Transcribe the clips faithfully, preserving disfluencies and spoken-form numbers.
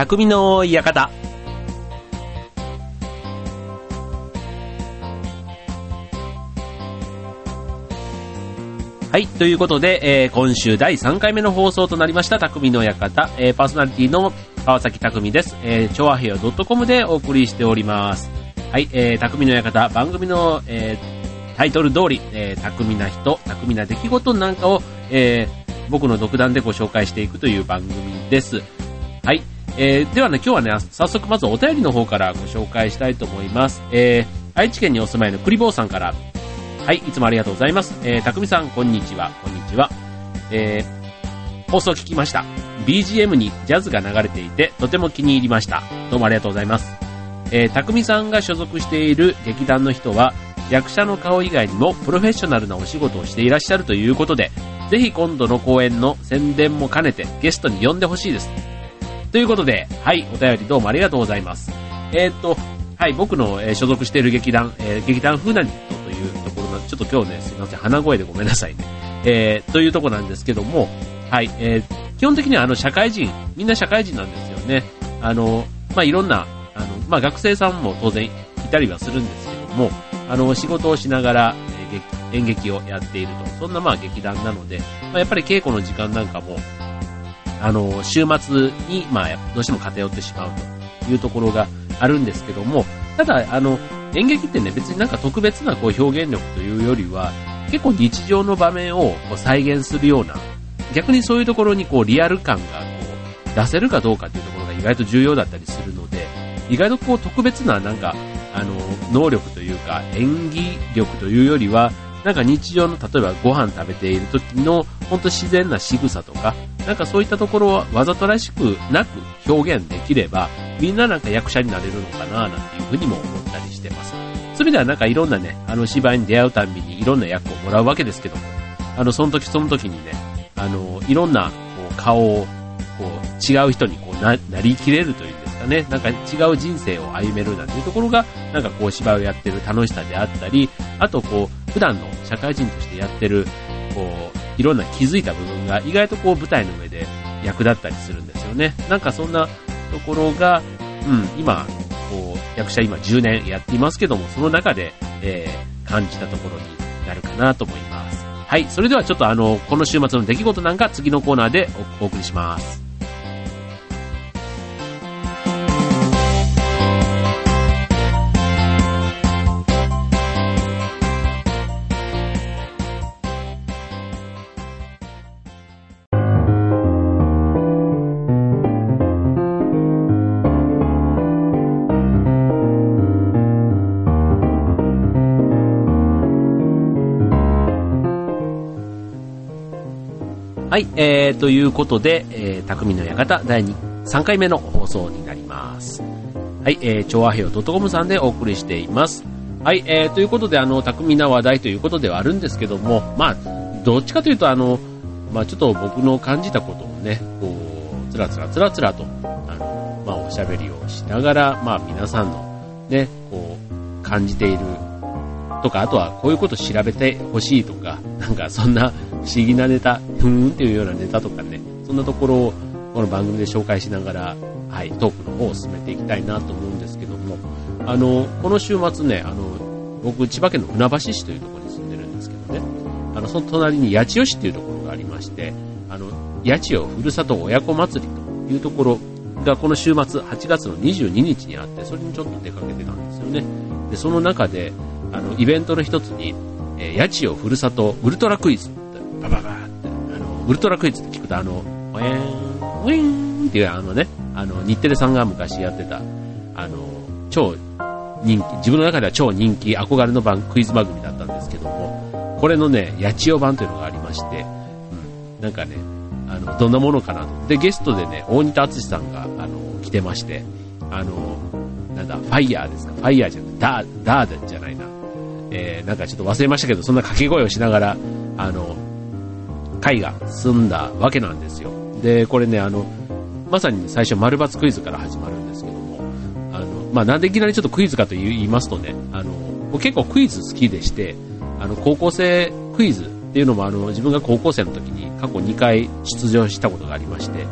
匠の館。はい、ということで、えー、今週だいさんかいめの放送となりました匠の館、えー、パーソナリティの川崎匠です。えー、ちょわへよ .com でお送りしております。はい、えー、匠の館、番組の、えー、タイトル通り、えー、巧みな人、巧みな出来事なんかを、えー、僕の独断でご紹介していくという番組です。はい、えー、ではね、今日はね、早速まずお便りの方からご紹介したいと思います。えー、愛知県にお住まいのクリボーさんから、はい、いつもありがとうございます。えー、たくみさん、こんにちは、こんにちは。えー、放送聞きました。ビージーエム にジャズが流れていて、とても気に入りました。どうもありがとうございます。えー、たくみさんが所属している劇団の人は、役者の顔以外にもプロフェッショナルなお仕事をしていらっしゃるということで、ぜひ今度の公演の宣伝も兼ねてゲストに呼んでほしいです。ということで、はい、お便りどうもありがとうございます。えー、っと、はい、僕の、えー、所属している劇団、えー、劇団フーナニットというところの、ちょっと今日ね、すいません、鼻声でごめんなさいね。えー、というところなんですけども、はい、えー、基本的にはあの、社会人、みんな社会人なんですよね。あの、まあ、いろんな、あの、まあ、学生さんも当然いたりはするんですけども、あの、仕事をしながら、えー、演劇をやっていると、そんなまあ、劇団なので、まあ、やっぱり稽古の時間なんかも、あの、週末に、まあ、どうしても偏ってしまうというところがあるんですけども、ただ、あの、演劇ってね、別になんか特別なこう表現力というよりは、結構日常の場面をこう再現するような、逆にそういうところにこうリアル感がこう出せるかどうかというところが意外と重要だったりするので、意外とこう特別ななんか、あの、能力というか演技力というよりは、なんか日常の例えばご飯食べている時の本当自然な仕草とか、なんかそういったところをわざとらしくなく表現できれば、みんななんか役者になれるのかななんていうふうにも思ったりしてます。そういう意味ではなんかいろんなね、あの芝居に出会うたんびにいろんな役をもらうわけですけども、あのその時その時にね、あのいろんなこう顔をこう違う人にこう な, なりきれるというんですかね、なんか違う人生を歩めるなんていうところがなんかこう芝居をやってる楽しさであったり、あとこう普段の社会人としてやってるこういろんな気づいた部分が意外とこう舞台の上で役立ったりするんですよね。なんかそんなところが、うん、今こう役者今じゅうねんやっていますけども、その中で、えー、感じたところになるかなと思います。はい、それではちょっとあのこの週末の出来事なんか次のコーナーで お, お送りします。はい、えー、ということで、えー、匠の館だいさんかいめの放送になります。はい、えー、ちょわへよ .com さんでお送りしています。はい、えー、ということで、あの、巧みな話題ということではあるんですけども、まあ、どっちかというと、あの、まあ、ちょっと僕の感じたことをね、こう、つらつらつらつらと、あの、まあ、おしゃべりをしながら、まあ、皆さんのね、こう、感じているとか、あとはこういうこと調べてほしいとか、なんかそんな不思議なネタ、ふーんっていうようなネタとかね、そんなところをこの番組で紹介しながら、はい、トークの方を進めていきたいなと思うんですけども、あの、この週末ね、あの、僕、千葉県の船橋市というところに住んでるんですけどね、あの、その隣に八千代市っていうところがありまして、あの、八千代ふるさと親子祭りというところがこの週末、はちがつのにじゅうににちにあって、それにちょっと出かけてたんですよね。で、その中で、あの、イベントの一つに、えー、八千代ふるさとウルトラクイズって、バババーって、あの、ウルトラクイズって聞くと、あの、ウェーン、ウィーンっていうあのね、あの、日テレさんが昔やってた、あの、超人気、自分の中では超人気、憧れの番、クイズ番組だったんですけども、これのね、八千代版というのがありまして、うん、なんかね、あの、どんなものかなと。で、ゲストでね、大仁田敦さんが、あの、来てまして、あの、なんだ、ファイヤーですか、ファイヤーじゃない、ダー、ダーじゃないな。えー、なんかちょっと忘れましたけど、そんな掛け声をしながら、あの、回が進んだわけなんですよ。で、これね、あの、まさに最初、丸抜クイズから始まるんですけども、あの、まあ、なんでいきなりちょっとクイズかと言いますとね、あの、僕結構クイズ好きでして、あの、高校生クイズっていうのも、あの、自分が高校生の時に過去にかい出場したことがありまして、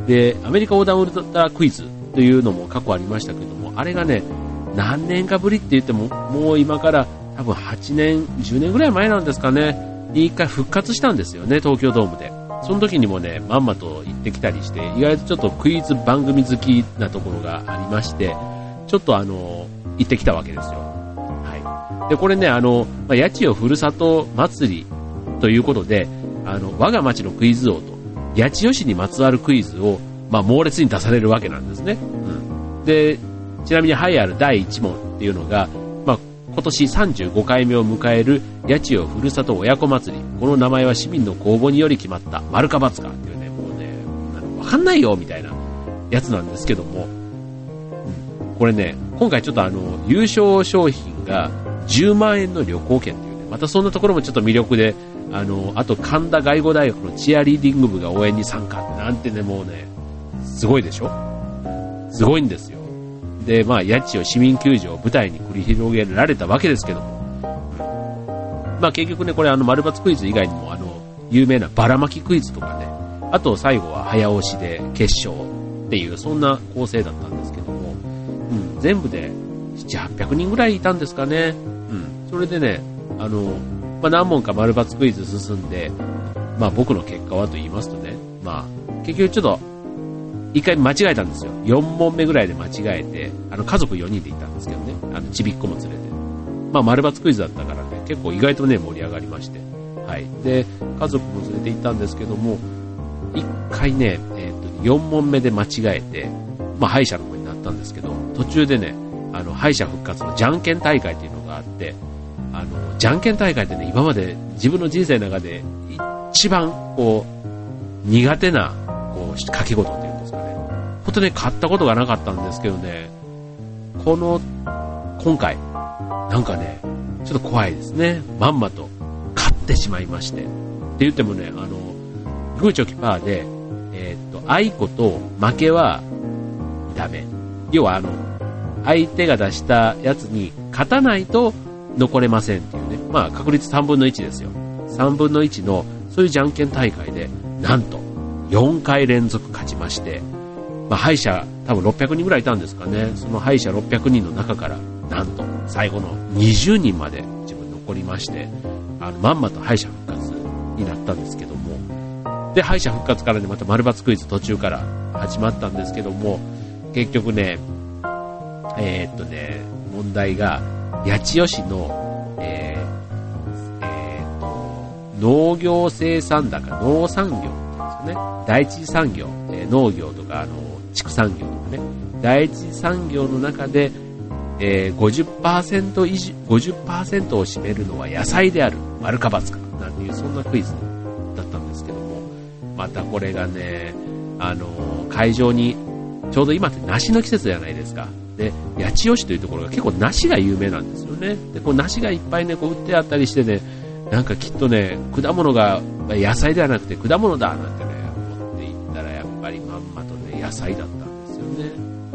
で、アメリカ横断ウルトラクイズというのも過去ありましたけども、あれがね、何年かぶりって言っても、もう今から多分はちねん、じゅうねんぐらい前なんですかね、に一回復活したんですよね、東京ドームで。その時にもね、まんまと行ってきたりして、意外とちょっとクイズ番組好きなところがありまして、ちょっとあの、行ってきたわけですよ。はい。で、これね、あの、まあ、八千代ふるさと祭りということで、あの、我が町のクイズ王と、八千代市にまつわるクイズを、まあ、猛烈に出されるわけなんですね。うん。で、ちなみに栄えあるだいいち問っていうのが、まあ、今年さんじゅうごかいめを迎える八千代ふるさと親子祭り。この名前は市民の公募により決まった。丸か×かっていうね、もうね、わかんないよみたいなやつなんですけども、うん、これね、今回ちょっとあの、優勝商品がじゅうまんえんの旅行券っていうね、またそんなところもちょっと魅力で、あの、あと神田外語大学のチアリーディング部が応援に参加なんてね、もうね、すごいでしょ？すごいんですよ。で、まあ、八千代市民球場を舞台に繰り広げられたわけですけども、まあ結局ね、これあの、丸抜クイズ以外にもあの、有名なばらまきクイズとかね、あと最後は早押しで決勝っていう、そんな構成だったんですけども、うん、全部でななひゃく、はっぴゃくにんぐらいいたんですかね。うん。それでね、あの、まあ何問か丸抜クイズ進んで、まあ僕の結果はと言いますとね、まあ、結局ちょっと、一回間違えたんですよ。よん問目ぐらいで間違えて、あの家族よにんで行ったんですけどね、あのちびっこも連れて。まあ丸抜クイズだったからね、結構意外とね、盛り上がりまして。はい。で、家族も連れて行ったんですけども、一回ね、えっと、よん問目で間違えて、まあ敗者の方になったんですけど、途中でね、あの、敗者復活のじゃんけん大会っていうのがあって、あの、じゃんけん大会ってね、今まで自分の人生の中で一番、こう、苦手な、こう、掛け事っていうんですかね。ほんとね、買ったことがなかったんですけどね、この、今回、なんかね、ちょっと怖いですね。まんまと買ってしまいまして。って言ってもね、あの、グーチョキパーで、えー、っと、あいこと負けはダメ。要はあの、相手が出したやつに勝たないと残れませんっていうね。まあ確率さんぶんのいちですよ。さんぶんのいちのそういうじゃんけん大会でなんとよんかい連続勝ちまして、まあ敗者多分ろっぴゃくにんぐらいいたんですかね。その敗者ろっぴゃくにんの中からなんと最後のにじゅうにんまで自分残りまして、あのまんまと敗者復活になったんですけども、で敗者復活からねまた丸抜クイズ途中から始まったんですけども、結局ねえー、っとね、問題が、八千代市の、えー、えー、っと、農業生産高、農産業って言うんですかね。第一次産業、えー、農業とか、あの、畜産業とかね。第一次産業の中で、えー、ごじゅっパーセント 以上、ごじゅっパーセント を占めるのは野菜である。丸か×か。なんていう、そんなクイズだったんですけども、またこれがね、あの、会場に、ちょうど今って梨の季節じゃないですか。で、八千代市というところが結構梨が有名なんですよね。で、こう梨がいっぱいね、こう売ってあったりしてね、なんかきっとね、果物が野菜ではなくて果物だなんてね、思っていったらやっぱりまんまとね、野菜だったんですよね。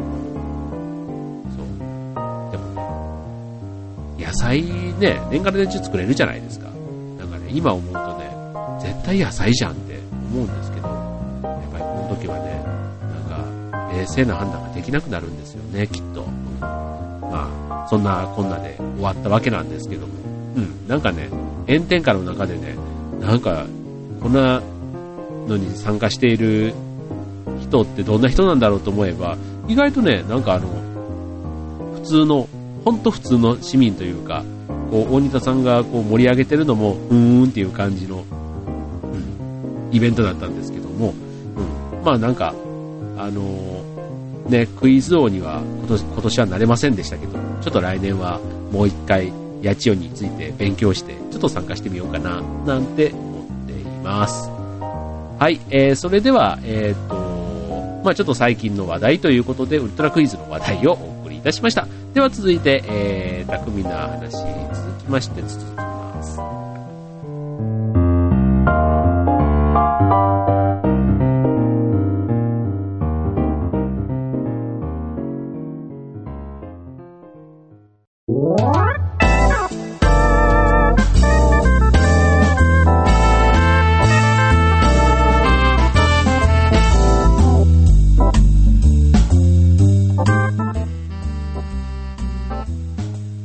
そう。でもね、野菜ね、年がら年中作れるじゃないですか。なんかね、今思うとね、絶対野菜じゃんって思うんですけど、やっぱりこの時はね、冷静な判断ができなくなるんですよね、きっと。まあ、そんなこんなで終わったわけなんですけども。うん、なんかね、炎天下の中でね、なんか、こんなのに参加している人ってどんな人なんだろうと思えば、意外とね、なんかあの、普通の、ほんと普通の市民というか、こう、大仁田さんがこう盛り上げてるのも、うーんっていう感じの、うん、イベントだったんですけども、うん、まあなんか、あのー、ね、クイズ王には今年、今年はなれませんでしたけど、ちょっと来年はもう一回八千代について勉強して、ちょっと参加してみようかな、なんて思っています。はい、えー、それでは、えっと、まあちょっと最近の話題ということで、ウルトラクイズの話題をお送りいたしました。では続いて、えー、巧みな話、続きまして続きます。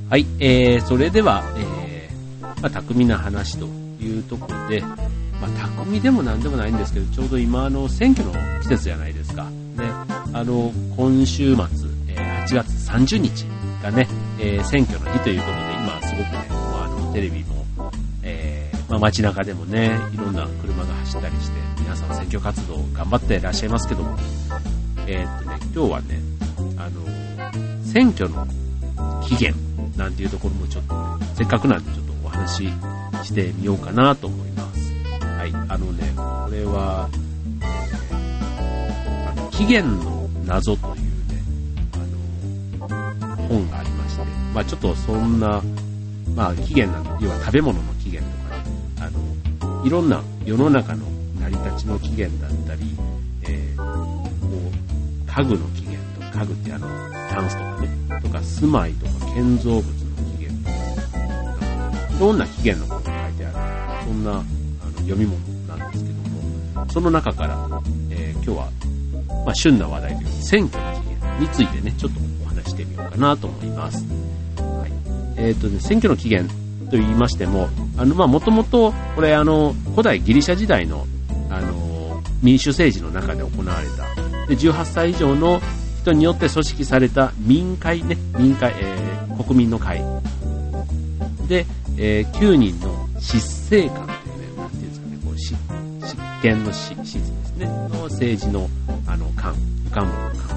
はい、えー、それでは、えー、まあ、巧みな話というところで、まあ、巧みでもなんでもないんですけど、ちょうど今、あの、選挙の季節じゃないですか。ね、あの、今週末、えー、はちがつさんじゅうにちがね、えー、選挙の日ということで、今、すごくね、まあ、あの、テレビも、えー、まあ、街中でもね、いろんな車が走ったりして、皆さん選挙活動頑張っていらっしゃいますけども、えー、っとね、今日はね、あの、選挙の期限なんていうところもちょっと、ね、せっかくなんでちょっとお話ししてみようかなと思います。はい、あのね、これは、えー、あの期限の謎というね、あの、本がありまして、まあちょっとそんな、まあ期限なの、要は食べ物の期限とかね、あの、いろんな世の中の成り立ちの期限だったり、えー、こう、家具の期限とか、家具ってあの、タンスとかね、とか住まいとか建造物の起源とか、いろんな起源のことが書いてある、そんなあの読み物なんですけども、その中から、えー、今日は、まあ、旬な話題という選挙の起源についてね、ちょっとお話してみようかなと思います。はい、えっとね、選挙の起源と言いましても、あの、まあ、もともと、これあの、古代ギリシャ時代の、あの、民主政治の中で行われた、で、じゅうはっさい以上の人によって組織された民会ね、民会、えー、国民の会で、えー、きゅうにんの執政官というね、なんていうんですかね、こう執執権の執執ですね、の政治のあの官、幹部の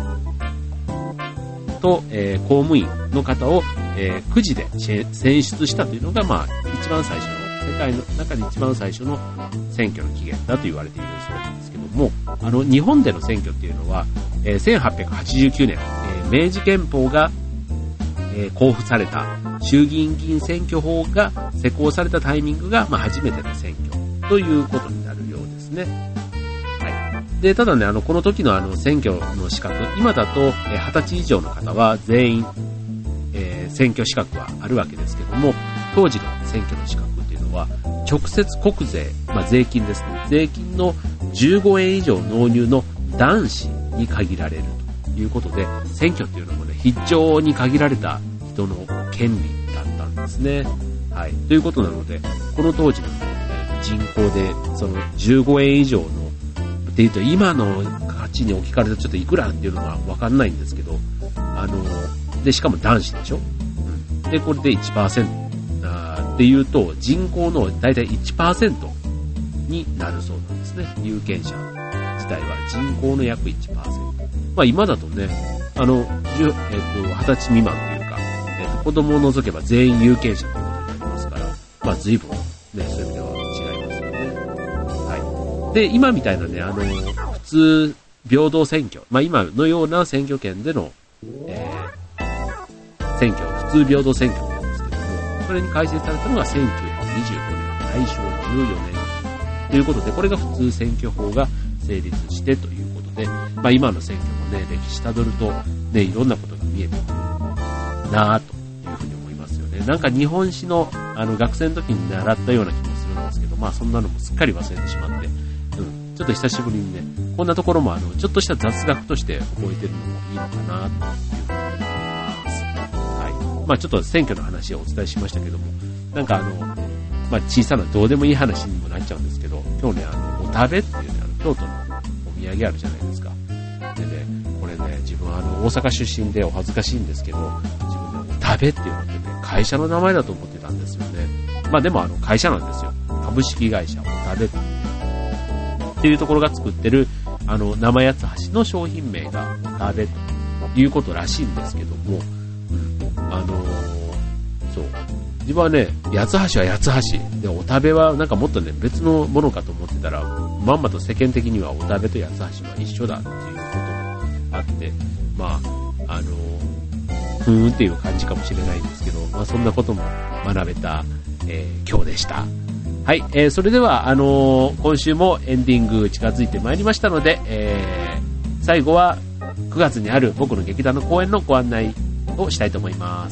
官と、えー、公務員の方を、えー、くじで選出したというのが、まあ一番最初の世界の中で一番最初の選挙の起源だと言われているそうなんですけども、あの日本での選挙っていうのは、えー、せんはっぴゃくはちじゅうきゅうねん、えー、明治憲法が、えー、公布された衆議院議員選挙法が施行されたタイミングが、まあ、初めての選挙ということになるようですね。はい。で、ただね、あの、この時のあの、選挙の資格、今だと、えー、はたち以上の方は全員、えー、選挙資格はあるわけですけども、当時の選挙の資格っていうのは、直接国税、まあ、税金ですね。税金のじゅうごえん以上納入の男子に限られるということで、選挙っていうのもね、非常に限られた人の権利だったんですね。はい。ということなので、この当時の、ね、人口で、そのじゅうごえん以上の、っていうと今の価値に置き換えるとちょっといくらっていうのはわかんないんですけど、あの、で、しかも男子でしょ、うん、で、これで いちパーセント。っていうと、人口のだいたい いちパーセント になるそうなんですね。有権者自体は人口の約 いちパーセント。まあ今だとね、あの、えっと、はたち未満というか、えっと、子供を除けば全員有権者ということになりますから、まあ随分ね、そういう意味では違いますよね。はい。で、今みたいなね、あの、普通平等選挙、まあ今のような選挙権での、えー、選挙、普通平等選挙なんですけども、それに改正されたのがせんきゅうひゃくにじゅうごねん、大正じゅうよねんということで、これが普通選挙法が成立してということで、まあ今の選挙もね、歴史たどると、ね、いろんなことが見えてくるなぁというふうに思いますよね。なんか日本史のあの学生の時に習ったような気もするんですけど、まあそんなのもすっかり忘れてしまって、うん、ちょっと久しぶりにね、こんなところもあの、ちょっとした雑学として覚えてるのもいいのかなというふうに思います。はい。まあちょっと選挙の話をお伝えしましたけども、なんかあの、まあ小さなどうでもいい話にもなっちゃうんですけど、今日ね、あの、お食べっていうね、あの、京都のお土産あるじゃないですか。でね、これね、自分はあの、大阪出身でお恥ずかしいんですけど、自分ね、お食べっていうのってね、会社の名前だと思ってたんですよね。まあでもあの、会社なんですよ。株式会社お食べっていうところが作ってる、あの、生八つ橋の商品名がお食べということらしいんですけども、うん、あのー、そう。自分はね、八つ橋は八つ橋で、お食べはなんかもっとね、別のものかと思ってたら、まんまと世間的にはお食べと八つ橋は一緒だっていうことがあって、まあ、あのー、ふーんっていう感じかもしれないんですけど、まあそんなことも学べた、えー、今日でした。はい、えー、それでは、あのー、今週もエンディング近づいてまいりましたので、えー、最後はくがつにある僕の劇団の公演のご案内をしたいと思います。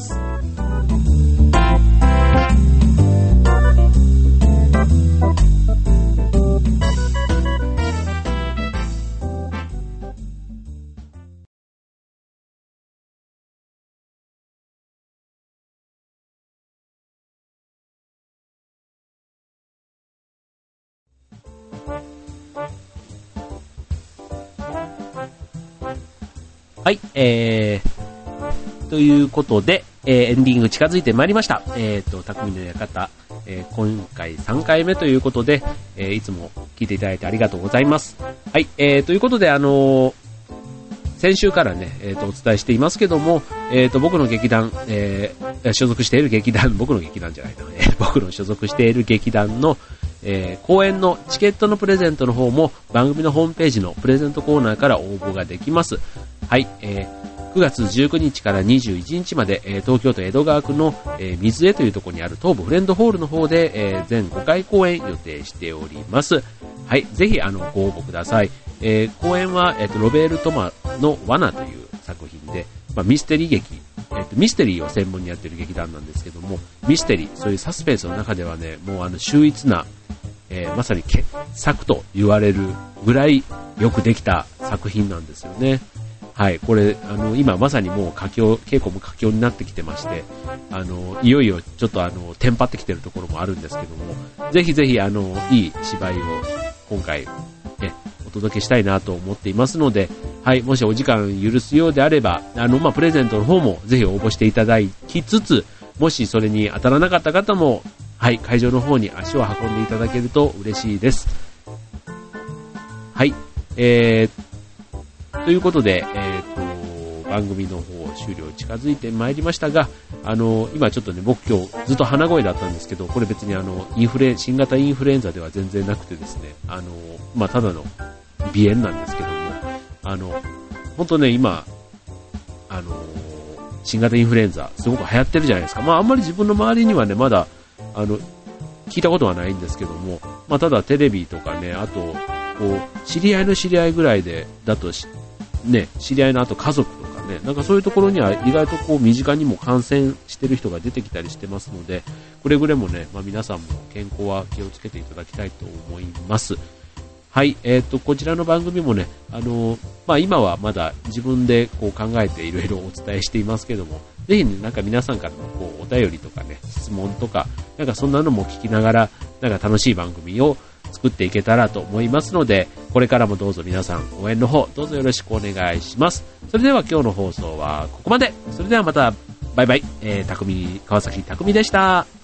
はい、えー、ということで、えー、エンディング近づいてまいりました。えーと、匠の館、えー、今回さんかいめということで、えー、いつも聞いていただいてありがとうございます。はい、えー、ということで、あのー、先週からね、えーと、お伝えしていますけども、えーと、僕の劇団、えー、所属している劇団、僕の劇団じゃないな、えー、僕の所属している劇団の、えー、公演のチケットのプレゼントの方も番組のホームページのプレゼントコーナーから応募ができます。はい、えー、くがつじゅうくにちからにじゅういちにちまで、えー、東京都江戸川区の、えー、水江というところにある東武フレンドホールの方で、えー、全ごかい公演予定しております。はい、ぜひあのご応募ください。えー、公演は、えーと、ロベール・トマの罠という作品で、まあ、ミステリー劇、えーと、ミステリーを専門にやっている劇団なんですけども、ミステリー、そういうサスペンスの中ではね、もうあの秀逸な、えー、まさに傑作と言われるぐらいよくできた作品なんですよね。はい、これ、あの、今まさにもう佳境、稽古も佳境になってきてまして、あの、いよいよちょっとあの、テンパってきてるところもあるんですけども、ぜひぜひあの、いい芝居を今回、ね、お届けしたいなと思っていますので、はい、もしお時間許すようであれば、あの、まあ、プレゼントの方もぜひ応募していただきつつ、もしそれに当たらなかった方も、はい、会場の方に足を運んでいただけると嬉しいです。はい、えー、ということで、えーと、番組の方終了近づいてまいりましたが、あの、今ちょっとね、僕今日ずっと鼻声だったんですけど、これ別にあの、インフレ、新型インフルエンザでは全然なくてですね、あの、まあ、ただの鼻炎なんですけども、あの、本当ね、今、あの、新型インフルエンザ、すごく流行ってるじゃないですか。まあ、あんまり自分の周りにはね、まだ、あの、聞いたことはないんですけども、まあ、ただテレビとかね、あと、こう、知り合いの知り合いぐらいで、だとし、ね、知り合いのあと家族とかね、なんかそういうところには意外とこう、身近にも感染してる人が出てきたりしてますので、くれぐれもね、まあ、皆さんも健康は気をつけていただきたいと思います。はい、えっと、こちらの番組もね、あの、まあ、今はまだ自分でこう考えていろいろお伝えしていますけども、ぜひね、なんか皆さんからのこうお便りとかね、質問とか、なんかそんなのも聞きながら、なんか楽しい番組を作っていけたらと思いますので、これからもどうぞ皆さん応援の方、どうぞよろしくお願いします。それでは今日の放送はここまで。それではまた、バイバイ。えー、たくみ、川崎たくみでした。